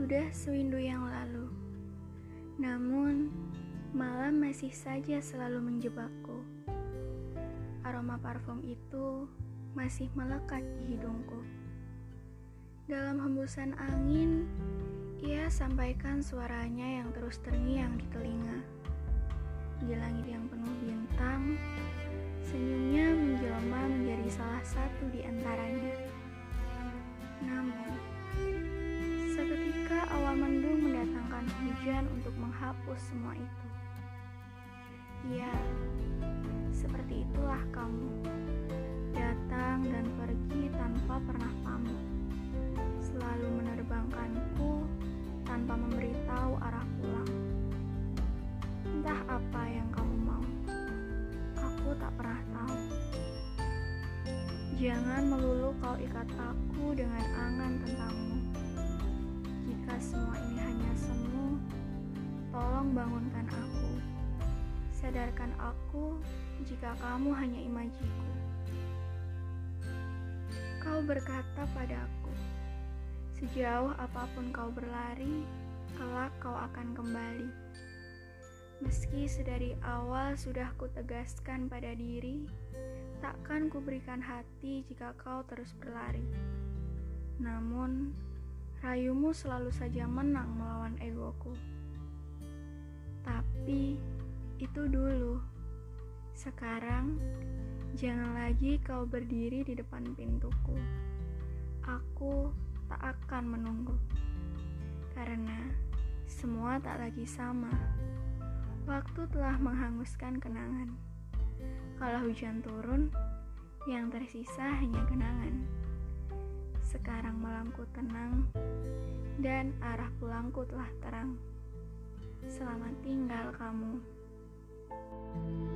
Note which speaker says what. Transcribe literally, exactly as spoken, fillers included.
Speaker 1: Sudah sewindu yang lalu, namun malam masih saja selalu menjebakku. Aroma parfum itu masih melekat di hidungku. Dalam hembusan angin, ia sampaikan suaranya yang terus terngiang di telinga. Di langit yang penuh bintang, senyumnya menjelma menjadi salah satu di antaranya. Namun, seketika awan mendung mendatangkan hujan untuk menghapus semua itu. Ya, seperti itulah kamu, datang dan pergi tanpa pernah pamit, selalu menerbangkanku tanpa memberitahu arah pulang. Entah apa yang kamu mau, aku tak pernah tahu. Jangan melulu kau ikat aku dengan angan tentangmu. Jika semua ini hanya semu, tolong bangunkan aku. Sadarkan aku jika kamu hanya imajiku. Kau berkata padaku, sejauh apapun kau berlari, kelak kau akan kembali. Meski sedari awal sudah kutegaskan pada diri, takkan kuberikan hati jika kau terus berlari. Namun, rayumu selalu saja menang melawan egoku. Tapi, itu dulu. Sekarang, jangan lagi kau berdiri di depan pintuku. Aku tak akan menunggu. Karena, semua tak lagi sama. Waktu telah menghanguskan kenangan. Kalau hujan turun, yang tersisa hanya kenangan. Sekarang malamku tenang, dan arah pulangku telah terang. Selamat tinggal kamu.